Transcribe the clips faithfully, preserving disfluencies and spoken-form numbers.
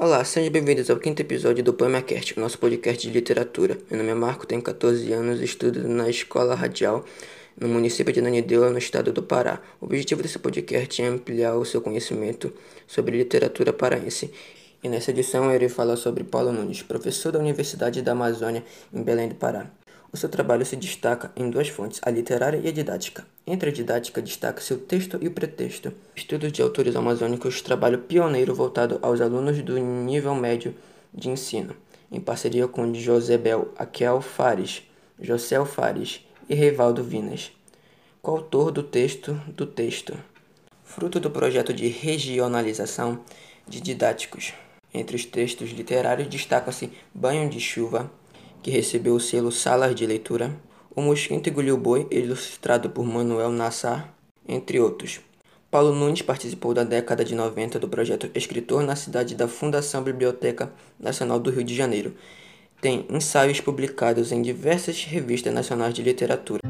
Olá, sejam bem-vindos ao quinto episódio do PoemaCast, o nosso podcast de literatura. Meu nome é Marco, tenho catorze anos, estudo na Escola Radial, no município de Ananindeua, no estado do Pará. O objetivo desse podcast é ampliar o seu conhecimento sobre literatura paraense. E nessa edição eu irei falar sobre Paulo Nunes, professor da Universidade da Amazônia, em Belém do Pará. O seu trabalho se destaca em duas fontes, a literária e a didática. Entre a didática, destaca-se o texto e o pretexto. Estudos de autores amazônicos, trabalho pioneiro voltado aos alunos do nível médio de ensino, em parceria com Josebel Aquel Fares, Josel Fares e Reivaldo Vinas, coautor do texto do texto, fruto do projeto de regionalização de didáticos. Entre os textos literários destaca-se Banho de Chuva, que recebeu o selo Salas de Leitura, O Mosquito Engoliu o Boi, ilustrado por Manuel Nassar, entre outros. Paulo Nunes participou da década de noventa do projeto Escritor na cidade da Fundação Biblioteca Nacional do Rio de Janeiro. Tem ensaios publicados em diversas revistas nacionais de literatura.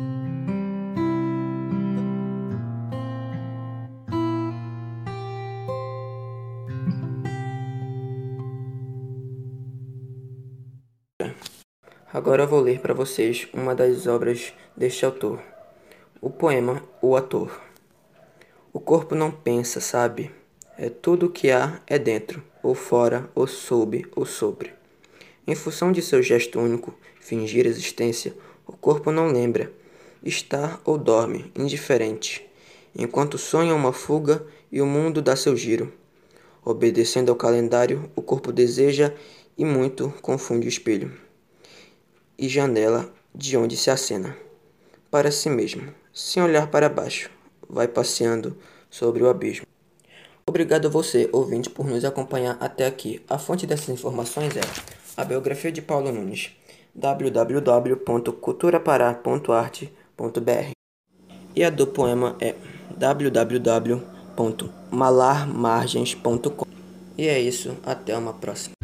Agora eu vou ler para vocês uma das obras deste autor. O poema O Ator. O corpo não pensa, sabe? É tudo o que há é dentro, ou fora, ou sob, ou sobre. Em função de seu gesto único, fingir existência, o corpo não lembra, está ou dorme, indiferente, enquanto sonha uma fuga e o mundo dá seu giro. Obedecendo ao calendário, o corpo deseja e muito confunde o espelho e janela de onde se acena. Para si mesmo, sem olhar para baixo, vai passeando sobre o abismo. Obrigado a você, ouvinte, por nos acompanhar até aqui. A fonte dessas informações é a biografia de Paulo Nunes, w w w ponto culturapará ponto arte ponto b r, e a do poema é w w w ponto malarmargens ponto com. E é isso, até uma próxima.